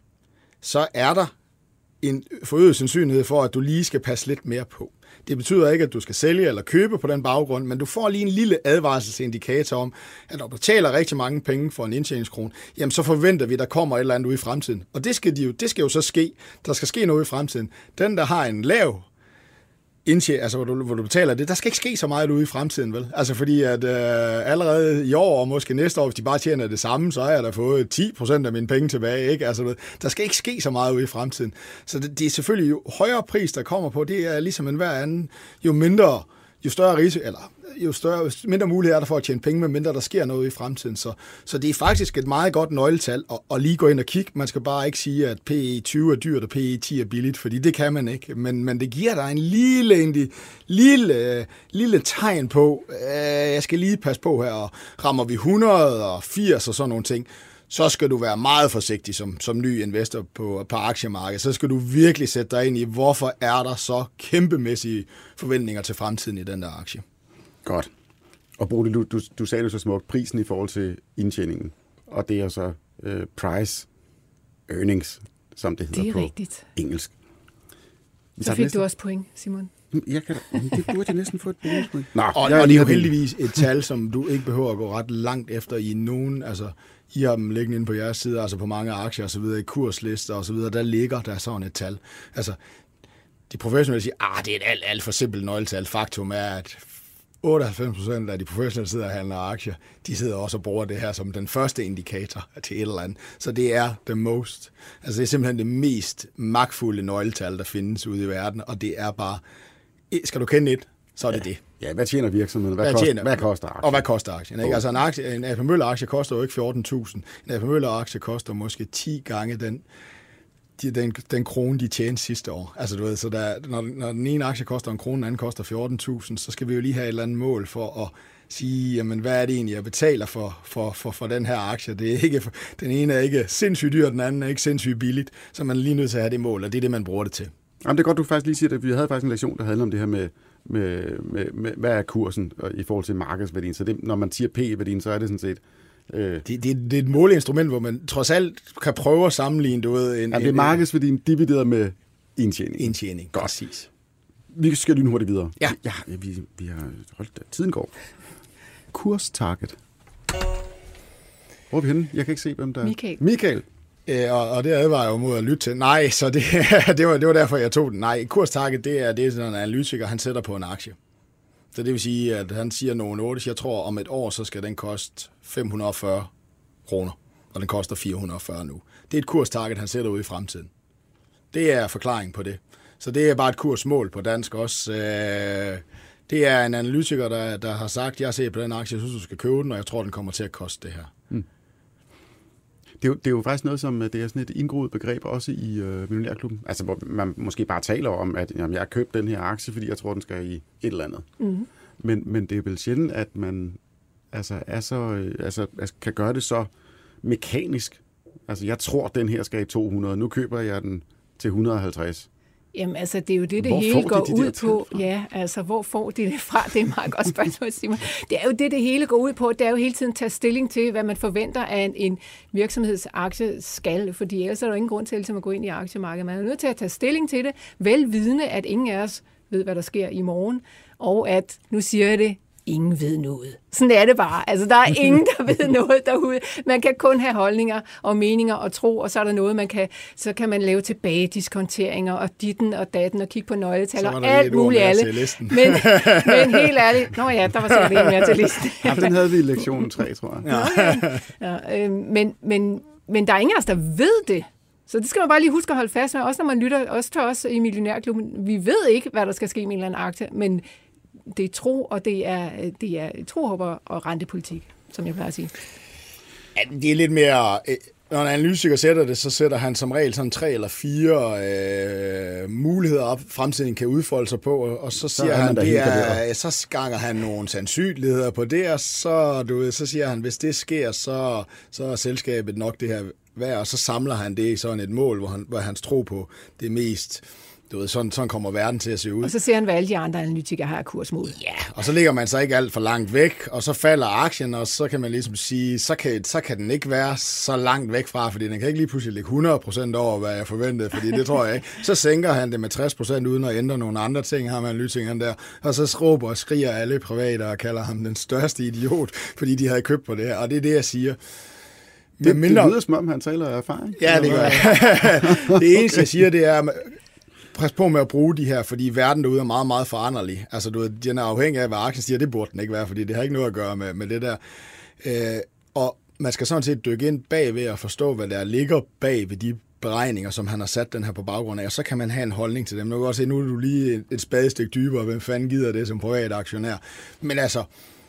så er der en forøget sandsynlighed for, at du lige skal passe lidt mere på. Det betyder ikke, at du skal sælge eller købe på den baggrund, men du får lige en lille advarselsindikator om, at når du betaler rigtig mange penge for en indtjeningskrone, jamen så forventer vi, at der kommer et eller andet ud i fremtiden. Og det skal, de jo, det skal jo så ske. Der skal ske noget i fremtiden. Den, der har en lav indtje, altså hvor du, hvor du betaler det, der skal ikke ske så meget ude i fremtiden, vel? Altså fordi at øh, allerede i år, og måske næste år, hvis de bare tjener det samme, så har jeg da fået ti procent af mine penge tilbage, ikke? Altså, der skal ikke ske så meget ude i fremtiden. Så det, det er selvfølgelig jo højere pris, der kommer på, det er ligesom en hver anden, jo mindre, jo større risiko, eller jo større, mindre mulighed er der for at tjene penge, med mindre der sker noget i fremtiden. Så, så det er faktisk et meget godt nøgletal at, at lige gå ind og kigge. Man skal bare ikke sige, at P E tyve er dyrt, og P E ti er billigt, fordi det kan man ikke. Men, men det giver dig en lille, en lille, lille tegn på, øh, jeg skal lige passe på her, og rammer vi hundrede og firs og sådan nogle ting, så skal du være meget forsigtig som, som ny investor på, på aktiemarkedet. Så skal du virkelig sætte dig ind i, hvorfor er der så kæmpemæssige forventninger til fremtiden i den der aktie.
Godt. Og Bodil, du, du, du sagde det så smukt, prisen i forhold til indtjeningen, og det er så øh, price earnings, som det hedder
det er
på
rigtigt.
Engelsk. Vi
så fik næsten... du også point, Simon.
Jeg kan, det burde jeg næsten få et bonuspoint.
Nå, og, og det er jo heldigvis et tal, som du ikke behøver at gå ret langt efter i nogen, altså I har dem liggende inde på jeres side, altså på mange aktier og så videre, i kurslister og så videre, der ligger der sådan et tal. Altså, de professionelle siger, ah, det er et alt, alt for simpelt nøgletal. Faktum er, at otteoghalvfems procent af de professionelle sidder og handler aktier, de sidder også og bruger det her som den første indikator til et eller andet. Så det er the most, altså det er simpelthen det mest magtfulde nøgletal, der findes ude i verden, og det er bare, skal du kende et, så er det
ja.
det.
Ja, hvad tjener virksomheden? Hvad,
hvad,
koster,
tjener,
hvad koster aktien?
Og hvad koster aktien? Ikke? Altså en, aktie, en A P Møller-aktie koster jo ikke fjorten tusind. En A P Møller-aktie koster måske ti gange den, de, den, den krone, de tjente sidste år. Altså du ved, så der, når, når den ene aktie koster en krone, den anden koster fjorten tusind, så skal vi jo lige have et eller andet mål for at sige, jamen hvad er det egentlig, jeg betaler for, for, for, for den her aktie? Det er ikke, den ene er ikke sindssygt dyr, den anden er ikke sindssygt billigt, så man er lige nødt til at have det mål, og det er det, man bruger det til.
Jamen, det er godt, du faktisk lige siger det. Vi havde faktisk en lektion, der handlede om det her med, med, med, med hvad er kursen i forhold til markedsværdien. Så det, når man siger P-værdien, så er det sådan set... Øh...
Det, det, det er et måleinstrument, hvor man trods alt kan prøve at sammenligne det ud. En,
ja, det er markedsværdien divideret med indtjening.
Indtjening,
godt.
Præcis.
Vi skal lige nu hurtigt videre.
Ja.
Ja, vi, vi har holdt der. Tiden går. Kurstarget. Hvor er vi henne? Jeg kan ikke se, hvem der er.
Michael.
Michael.
Ja, og, og det advarer jeg jo mod at lytte til. Nej, så det, det, var, det var derfor, jeg tog den. Nej, kurstarget, det er, det er sådan en analytiker, han sætter på en aktie. Så det vil sige, at han siger nogle otte, jeg tror, om et år, så skal den koste fem hundrede og fyrre kroner, og den koster fire hundrede og fyrre nu. Det er et kurstarget, han sætter ud i fremtiden. Det er forklaring på det. Så det er bare et kursmål på dansk også. Det er en analytiker, der, der har sagt, jeg ser på den aktie, jeg synes, du skal købe den, og jeg tror, den kommer til at koste det her. Hmm.
Det er, jo, det er jo faktisk noget, som det er sådan et indgroet begreb også i øh, Millionærklubben. Altså, hvor man måske bare taler om, at jamen, jeg har købt den her aktie, fordi jeg tror, den skal i et eller andet. Mm-hmm. Men, men det er vel sjældent, at man altså, er så, øh, altså, kan gøre det så mekanisk. Altså, jeg tror, den her skal i to hundrede. Nu køber jeg den til et hundrede og halvtreds.
Jamen, altså, det er jo det, det
hvor
hele går
de
ud på. Ja, altså, hvor får de det fra? Det er et meget godt spørgsmål, Simon. Det er jo det, det hele går ud på. Det er jo hele tiden at tage stilling til, hvad man forventer af en, en virksomhedsaktie skal, fordi ellers er der jo ingen grund til at gå ind i aktiemarkedet. Man er nødt til at tage stilling til det, velvidende, at ingen af os ved, hvad der sker i morgen, og at, nu siger jeg det, ingen ved noget. Sådan er det bare. Altså, der er ingen, der ved noget derude. Man kan kun have holdninger og meninger og tro, og så er der noget, man kan, så kan man lave tilbagediskonteringer og ditten og datten og kigge på nøgletal og alt muligt alle. Men, men helt ærligt, nå ja, der var sikkert en mere til listen.
Ja, den havde vi i lektionen tre, tror jeg.
Ja. Ja, øh, men, men, men der er ingen af os, der ved det. Så det skal man bare lige huske at holde fast med. Også når man lytter, også til os i Millionærklubben. Vi ved ikke, hvad der skal ske med en eller anden aktie, men det er tro, og det er, det er tro, håber og rentepolitik, som jeg plejer at sige.
Ja, det er lidt mere... Når en analytiker sætter det, så sætter han som regel sådan tre eller fire øh, muligheder op, fremtiden kan udfolde sig på, og så siger så han, det er, så ganger han nogle sandsynligheder på det, og så, du ved, så siger han, hvis det sker, så, så er selskabet nok det her værd, og så samler han det i sådan et mål, hvor, han, hvor hans tro på det mest... Du ved, sådan, sådan kommer verden til at se ud.
Og så ser han, hvad alle de andre analytikere har kursmål.
Ja, og så ligger man så ikke alt for langt væk, og så falder aktien, og så kan man ligesom sige, så kan, så kan den ikke være så langt væk fra, fordi den kan ikke lige pludselig ligge hundrede procent over, hvad jeg forventede, fordi det tror jeg ikke. Så sænker han det med tres procent uden at ændre nogle andre ting, har man analytikeren der, og så råber og skriger alle private og kalder ham den største idiot, fordi de havde købt på det her, og det er det, jeg siger.
Det, mindre... det lyder som om, han taler af erfaring.
Ja, det gør jeg. Det eneste, jeg siger, det er... passe på med at bruge de her, fordi verden derude er meget, meget foranderlig. Altså, du ved, den er afhængig af, hvad aktien siger, det burde den ikke være, fordi det har ikke noget at gøre med, med det der. Øh, og man skal sådan set dykke ind bagved og forstå, hvad der ligger bag ved de beregninger, som han har sat den her på baggrund af, og så kan man have en holdning til dem. Nu kan også se, nu er du lige et, et spadestik dybere, hvem fanden gider det som privat aktionær. Men altså,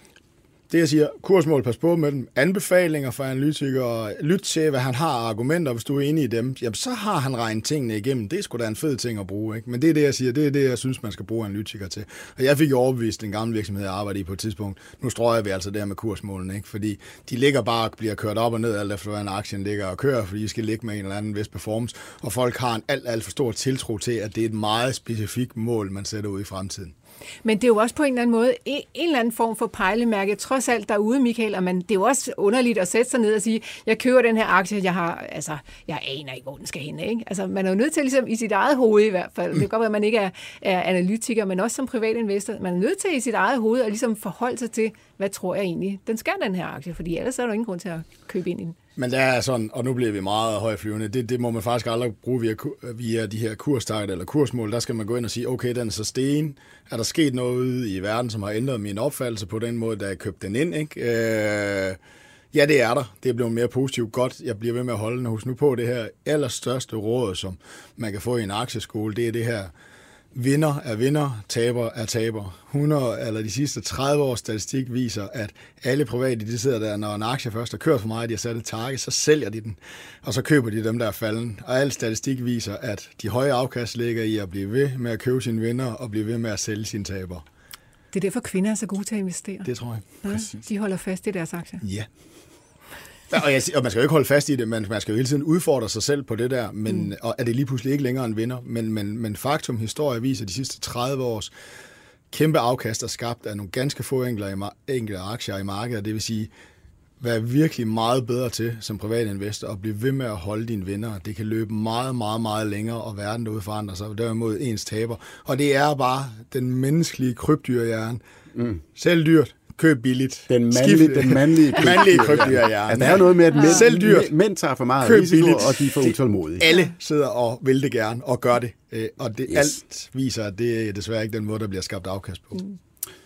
det jeg siger, kursmål, pas på med dem, anbefalinger fra analytikere, lyt til, hvad han har af argumenter, hvis du er enig i dem, jamen så har han regnet tingene igennem. Det er sgu da en fed ting at bruge, ikke? Men det er det, jeg siger, det er det, jeg synes, man skal bruge analytikere til. Og jeg fik jo overbevist en gammel virksomhed, jeg arbejdede i på et tidspunkt. Nu strøger vi altså der med kursmålene, ikke? Fordi de ligger bare og bliver kørt op og ned, alt efter hvordan aktien ligger og kører, fordi de skal ligge med en eller anden vis performance, og folk har en alt, alt for stor tiltro til, at det er et meget specifikt mål, man sætter ud i fremtiden.
Men det er jo også på en eller anden måde en, en eller anden form for pejlemærke, trods alt derude, Michael, og man, det er jo også underligt at sætte sig ned og sige, jeg køber den her aktie, jeg har, altså, jeg aner ikke, hvor den skal hen, ikke? Altså, man er jo nødt til, ligesom i sit eget hoved i hvert fald, det kan godt være, at man ikke er, er analytiker, men også som privatinvestor, man er nødt til i sit eget hoved at ligesom forholde sig til, hvad tror jeg egentlig, den skal den her aktie, fordi ellers er der ingen grund til at købe ind i den.
Men det er sådan, og nu bliver vi meget højflyvende, det, det må man faktisk aldrig bruge via, via de her kurstarget eller kursmål. Der skal man gå ind og sige, okay, den er så sten. Er der sket noget ude i verden, som har ændret min opfattelse på den måde, da jeg købte den ind? Ikke? Øh, ja, det er der. Det er blevet mere positivt. Godt, jeg bliver ved med at holde den. Husk nu på det her allerstørste råd, som man kan få i en aktieskole. Det er det her, vinder er vinder, taber er taber. hundrede eller de sidste tredive års statistik viser, at alle private, de sidder der, når en aktie først har kørt for meget, de har sat et target, så sælger de den, og så køber de dem, der er falden. Og al statistik viser, at de høje afkast ligger i at blive ved med at købe sine vinder, og blive ved med at sælge sine taber.
Det er derfor, kvinder er så gode til at investere.
Det tror jeg.
Ja, de holder fast i deres aktier.
Ja. Og, jeg, og man skal jo ikke holde fast i det, men man skal jo hele tiden udfordre sig selv på det der, men mm. og er det lige pludselig ikke længere en vinder. Men, men, men faktum, historie viser de sidste tredive års kæmpe afkast er skabt af nogle ganske få enkelte, enkelte aktier i markedet. Det vil sige, være virkelig meget bedre til som privatinvestor og blive ved med at holde dine vinder. Det kan løbe meget, meget, meget længere, og verden derude forandrer sig, og derimod ens taber. Og det er bare den menneskelige krybdyrhjerne. Mm. Selv dyrt. Køb billigt.
Den mandlige, den mandlige,
mandlige krybdyr, ja.
Altså, der er jo noget med, at mænd, mænd, mænd tager for meget risiko, og de er for utålmodige.
Alle sidder og vil det gerne, og gør det. Og det yes. alt viser, at det er desværre ikke den måde, der bliver skabt afkast på. Mm.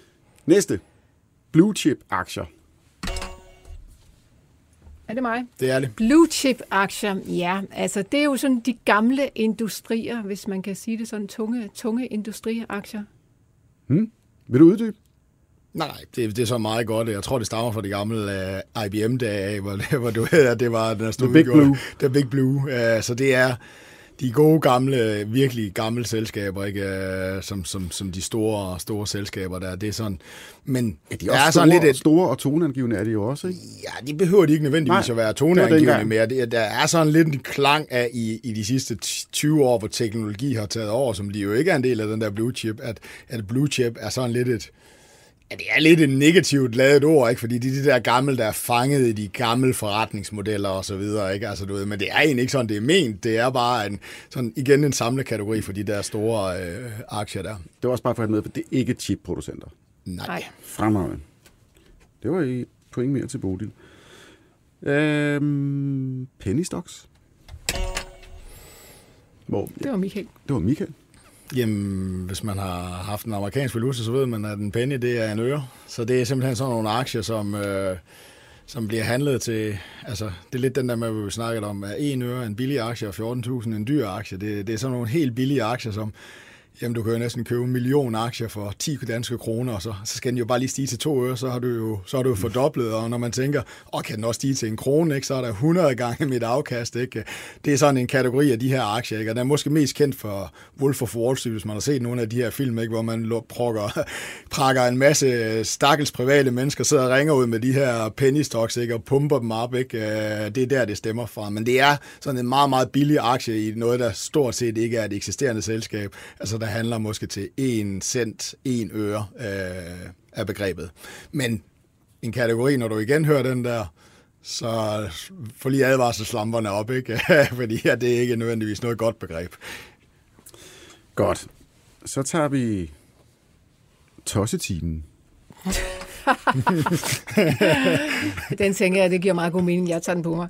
Næste. Blue chip aktier.
Er det mig?
Det er det.
Blue chip aktier, ja. Altså, det er jo sådan de gamle industrier, hvis man kan sige det sådan, tunge, tunge industriaktier.
Hmm. Vil du uddybe?
Nej, det, det er så meget godt. Jeg tror, det stammer fra det gamle uh, I B M-dage, hvor, hvor du ved, at det var den
The Big Blue.
The Big Blue. Uh, så det er de gode, gamle, virkelig gamle selskaber, ikke? Uh, som, som, som de store, store selskaber der. Det er sådan, men
ja, de er også er store, sådan lidt et, store og toneangivende er de jo også, ikke?
Ja, de behøver de ikke nødvendigvis Nej, at være toneangivende mere. Det, der er sådan lidt en klang af i, i de sidste tyve år, hvor teknologi har taget over, som de jo ikke er en del af den der blue chip, at, at blue chip er sådan lidt et Ja, det er lidt et negativt ladet ord, ikke? Fordi det er de der gamle, der er fanget i de gamle forretningsmodeller og så videre, ikke? Altså, du ved, men det er egentlig ikke sådan, det er ment. Det er bare en, sådan, igen en samlekategori for de der store øh, aktier der.
Det var også bare for at med, for det er ikke chipproducenter.
Nej.
Fremragende. Det var i point mere til Bodil. Øhm, penny stocks. Hvor,
det var Michael.
Det var Michael.
Jamen, hvis man har haft en amerikansk valuta, så ved man, at en penny, det er en øre. Så det er simpelthen sådan nogle aktier, som, øh, som bliver handlet til, altså, det er lidt den der med, hvad vi snakkede om, at en øre en billig aktie og fjorten tusind en dyr aktie. Det, det er sådan nogle helt billige aktier, som, jamen, du kan jo næsten købe en million aktier for ti danske kroner, og så, så skal den jo bare lige stige til to øre, så har du jo, så har du jo fordoblet, og når man tænker, åh, kan den også stige til en krone, ikke, så er der hundrede gange mit afkast, ikke? Det er sådan en kategori af de her aktier, ikke? Og den er måske mest kendt for Wolf of Wall Street, hvis man har set nogle af de her film, ikke, hvor man prokker, prakker en masse stakkels private mennesker, sidder og ringer ud med de her penny stocks, ikke, og pumper dem op, ikke? Det er der, det stemmer fra. Men det er sådan en meget, meget billig aktie i noget, der stort set ikke er et eksisterende selskab. Altså, der handler måske til en cent, en øre øh, af begrebet. Men en kategori, når du igen hører den der, så får lige advarselslamperne op, ikke? Fordi ja, det er ikke nødvendigvis noget godt begreb.
Godt. Så tager vi tossetimen.
Den tænker jeg, det giver meget god mening. Jeg tager den på mig.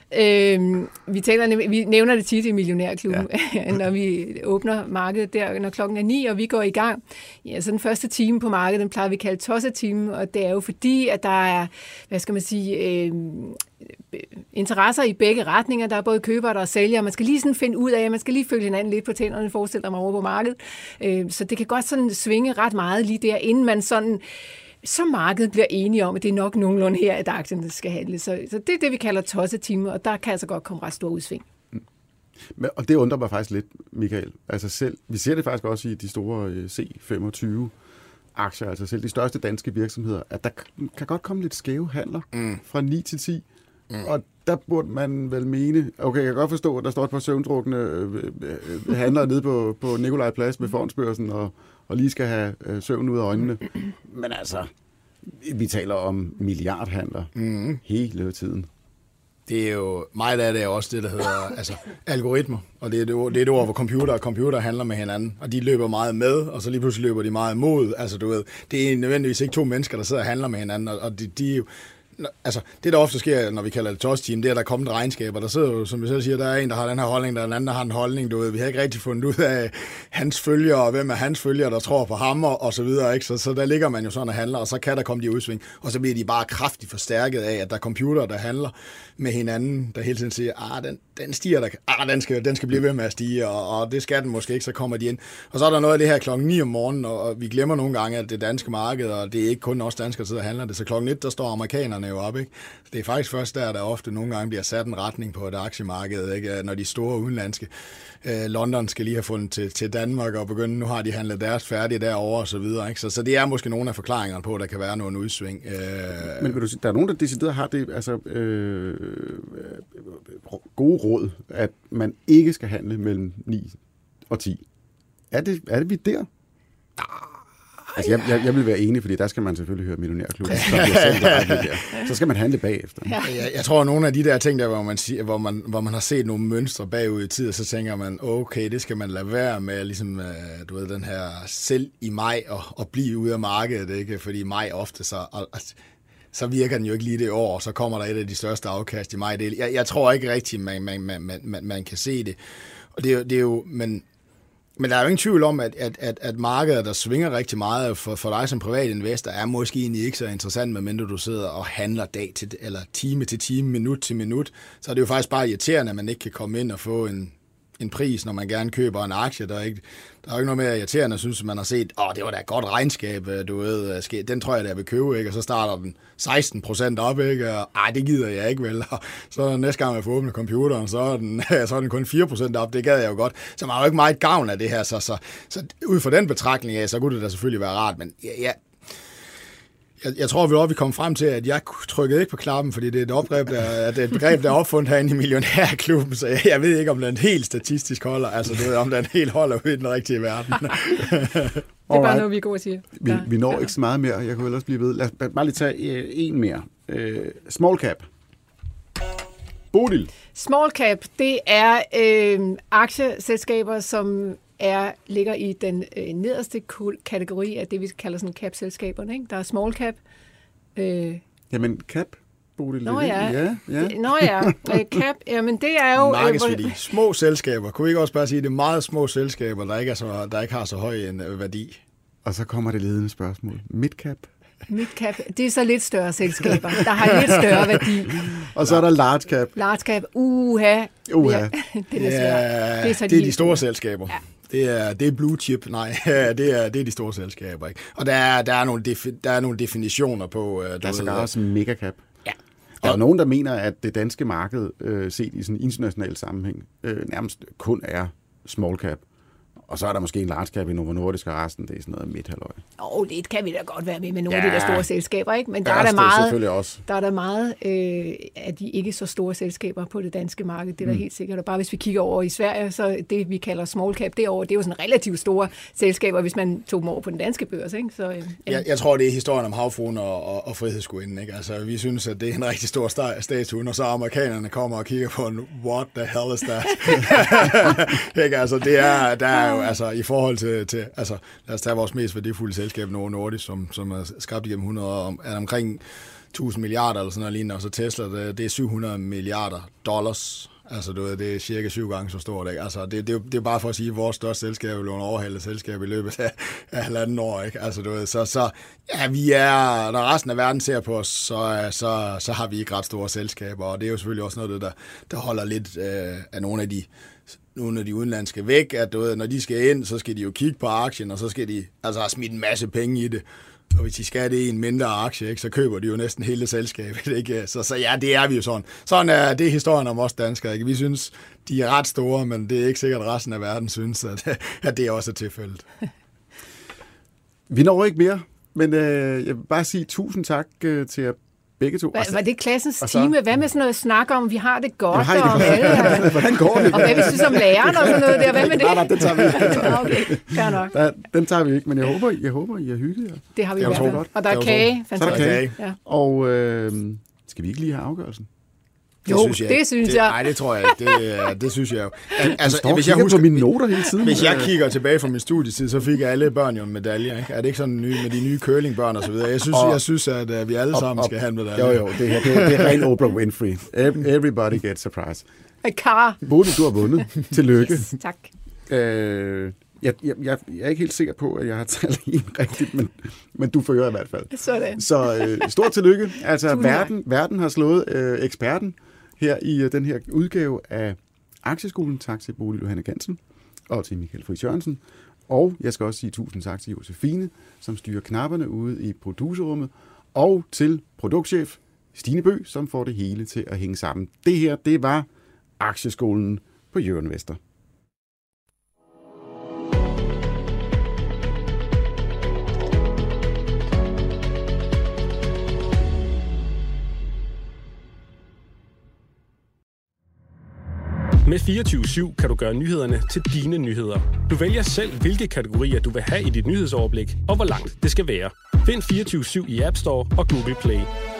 Øh, vi, taler, vi nævner det tit i Millionærklubben, ja. Når vi åbner markedet der, når klokken er ni, og vi går i gang. Ja, så den første time på markedet, den plejer vi at kalde tosset-timen, og det er jo fordi, at der er, hvad skal man sige, øh, interesser i begge retninger. Der er både købere og sælgere. Man skal lige sådan finde ud af, man skal lige følge hinanden lidt på tænderne, forestiller mig over på markedet. Øh, så det kan godt sådan svinge ret meget lige der, inden man sådan så markedet bliver enige om, at det er nok nogenlunde her, at aktierne skal handle. Så, så det er det, vi kalder tosset-timer, og der kan altså godt komme ret stor udsving.
Men, og det undrer mig faktisk lidt, Michael. Altså selv, vi ser det faktisk også i de store C femogtyve aktier, altså selv de største danske virksomheder, at der kan godt komme lidt skæve handler mm. fra ni til ti. Mm. Og der burde man vel mene, okay, jeg kan godt forstå, at der står et par søvndrukne øh, øh, handlere nede på, på Nikolaj Plads med fondsbørsen, og, og lige skal have øh, søvn ud af øjnene. Men altså, vi taler om milliardhandler mm. hele tiden.
Det er jo, meget af det er også det, der hedder altså, algoritmer, og det er det, det er det ord, hvor computer og computer handler med hinanden, og de løber meget med, og så lige pludselig løber de meget imod. Altså, du ved, det er nødvendigvis ikke to mennesker, der sidder og handler med hinanden, og de, de er jo, altså, det der ofte sker, når vi kalder det toss-team, det er, at der er kommet regnskaber. Der sidder jo, som vi selv siger, der er en, der har den her holdning, der er en anden, der har en holdning. Du ved, vi har ikke rigtig fundet ud af hans følgere, og hvem er hans følgere, der tror på ham, og så videre. Ikke? Så, så der ligger man jo sådan og handler, og så kan der komme de udsving. Og så bliver de bare kraftigt forstærket af, at der er computere, der handler med hinanden, der hele tiden siger, ah, den, den stiger, der, ah, den skal, den skal blive ved med at stige, og, og det skal den måske ikke, så kommer de ind. Og så er der noget af det her klokken ni om morgenen, og, og vi glemmer nogle gange, at det danske marked, og det er ikke kun os danskere, der sidder og handler det. Så klokken et, der står amerikanerne jo op, ikke? Det er faktisk først der, der ofte nogle gange bliver sat en retning på et aktiemarked, ikke? Når de store udenlandske øh, London skal lige have fundet til, til Danmark og begynde, nu har de handlet deres færdige derovre og så videre. Ikke? Så, så det er måske nogle af forklaringerne på, at der kan være nogle udsving. Øh...
Men vil du sige, der er nogen, der decideret har det, altså øh, gode råd, at man ikke skal handle mellem ni og ti. Er det, er det vi der? Altså, jeg, jeg, jeg vil være enig, fordi der skal man selvfølgelig høre Millionærklubben. Så skal man handle bagefter.
Ja. Jeg, jeg tror, at nogle af de der ting, der, hvor, man siger, hvor, man, hvor man har set nogle mønstre bagud i tid, så tænker man, okay, det skal man lade være med, ligesom, du ved, den her selv i maj og, og blive ude af markedet, ikke? Fordi maj ofte så... Og, så virker den jo ikke lige det år, og så kommer der et af de største afkast i maj. Jeg, jeg tror ikke rigtigt, man, man, man, man, man kan se det. Og det er, det er jo... Men, Men der er jo ingen tvivl om, at, at, at, at markedet, der svinger rigtig meget for, for dig som privat investor, er måske egentlig ikke så interessant, medmindre du sidder og handler dag til, eller time til time, minut til minut. Så er det jo faktisk bare irriterende, at man ikke kan komme ind og få en, en pris, når man gerne køber en aktie. Der er ikke, der er ikke noget mere irriterende, at synes, at man har set, åh, det var da et godt regnskab, du ved, den tror jeg, der vil købe, ikke? Og så starter den seksten procent op, ikke? Og ej, det gider jeg ikke, vel? Og så næste gang, jeg får åbnet computeren, så er den, så er den kun fire procent op, det gad jeg jo godt. Så man har jo ikke meget gavn af det her, så, så, så ud fra den betragtning af, så kunne det da selvfølgelig være rart, men ja, ja Jeg, jeg tror, vi også vi kom frem til, at jeg trykkede ikke på klappen, fordi det er et, opgreb, der, at det er et begreb, der er opfundet herinde i Millionærklubben, så jeg, jeg ved ikke, om den helt statistisk holder, altså du ved, om den helt holder ud i den rigtige verden.
Det er bare noget, vi er gode at sige.
Vi, vi når ja. ikke så meget mere, jeg kunne ellers blive ved. Lad os bare lige tage øh, en mere. Øh, small cap. Bodil.
Small cap, det er øh, aktieselskaber, som er, ligger i den øh, nederste kategori af det, vi kalder sådan cap-selskaberne. Ikke? Der er small cap. Øh.
Jamen, cap, Bodil.
Nå ja.
ja, ja.
Nå ja, øh, cap, jamen det er jo...
Markedsværdi. Øh, små selskaber. Kunne vi ikke også bare sige, at det er meget små selskaber, der ikke, er så, der ikke har så høj en øh, værdi?
Og så kommer det ledende spørgsmål. Midcap?
Midcap, det er så lidt større selskaber, der har lidt større værdi.
Og så er der large cap.
Large cap, uha.
Uha.
Ja, det er,
ja, det er, så de, det er de store selskaber. Ja. Det er, det er blue chip, nej, det er, det er de store selskaber. Ikke? Og der er, der, er nogle defi, der er nogle definitioner på... Uh,
der er sågar også megacap.
Ja.
Der er og, nogen, der mener, at det danske marked, øh, set i sådan en international sammenhæng, øh, nærmest kun er small cap. Og så er der måske en large cap i Novo Nordisk, og resten, det er sådan noget midthalvøje.
Åh, oh, det kan vi da godt være med med nogle ja. af de der store selskaber, ikke? Men der
ja,
er der meget,
også.
der er der meget øh, af de ikke så store selskaber på det danske marked. Det er mm. da helt sikkert. Og bare hvis vi kigger over i Sverige, så det, vi kalder small cap derovre, det er jo sådan relativt store selskaber, hvis man tog dem over på den danske børs, ikke? Så, øh, ja.
jeg, jeg tror, det er historien om havfruen og, og, og frihedsgudinden, ikke? Altså, vi synes, at det er en rigtig stor statue, og så amerikanerne kommer og kigger på, what the hell is that? Ikke? Altså, det er, der er jo, altså, i forhold til, til, altså, lad os tage vores mest værdifulde selskab, Novo Nordisk, som, som er skabt igennem hundrede år, er omkring tusind milliarder eller sådan noget lignende, og så Tesla, det, det er syv hundrede milliarder dollars. Altså, du ved, det er cirka syv gange så stort, ikke? Altså, det, det, det er bare for at sige, at vores største selskab er blevet overhalet selskab i løbet af, af halvanden år, ikke? Altså, du ved, så, så ja, vi er, når resten af verden ser på os, så, så, så har vi ikke ret store selskaber, og det er jo selvfølgelig også noget, der, der holder lidt øh, af nogle af de nogle af de udenlandske væk, at du ved, når de skal ind, så skal de jo kigge på aktien, og så skal de altså have smidt en masse penge i det. Og hvis de skal det i en mindre aktie, ikke, så køber de jo næsten hele selskabet. Ikke? Så, så ja, det er vi jo sådan. Sådan er det historien om os danskere. Ikke? Vi synes, de er ret store, men det er ikke sikkert, at resten af verden synes, at, at det også er tilfældet.
Vi når ikke mere, men øh, jeg vil bare sige tusind tak øh, til jer begge to.
Var, var det klassens
så,
time? Hvad med sådan noget snak om, vi har det godt,
har I det
og om alle?
Hvordan går det?
Og hvad vi synes om læreren og sådan noget der? Hvad med det?
Nej, nej, den tager vi ikke. Den tager vi,
okay, fair nok.
Der, den tager vi ikke, men jeg håber, jeg håber, I har hygget jer.
Det har vi i
Jeg
hvert fald.
tror godt.
Og der er kage.
Så er der kage.
Ja.
Og øh, skal vi ikke lige have afgørelsen?
Det
jo,
synes jeg,
det synes
det,
jeg.
Nej, det tror jeg ikke. Det, det synes jeg jo.
Altså, hvis jeg husker på mine noter hele tiden.
Hvis jeg kigger tilbage fra min studietid, så fik alle børn jo en medalje. Ikke? Er det ikke sådan nye, med de nye curlingbørn og så videre? Jeg synes, og, jeg synes at uh, vi alle sammen op, op, skal have en medalje.
Jo, jo, det, her, det, det er ren Oprah Winfrey. Everybody gets a prize.
A car.
Bodil, du har vundet. Tillykke.
Yes, tak.
Øh, jeg, jeg, jeg, jeg er ikke helt sikker på, at jeg har talt en rigtigt, men, men du fører i hvert fald.
Sådan.
Så øh, stort tillykke. Altså, verden, verden har slået øh, eksperten her i uh, den her udgave af Aktieskolen. Tak til Bodil Johanne Gansen og til Michael Friis Jørgensen. Og jeg skal også sige tusind tak til Josefine, som styrer knapperne ude i producerrummet, og til produktchef Stine Bø, som får det hele til at hænge sammen. Det her, det var Aktieskolen på Jørgen Vester.
Med fireogtyve syv kan du gøre nyhederne til dine nyheder. Du vælger selv, hvilke kategorier du vil have i dit nyhedsoverblik, og hvor langt det skal være. Find fireogtyve syv i App Store og Google Play.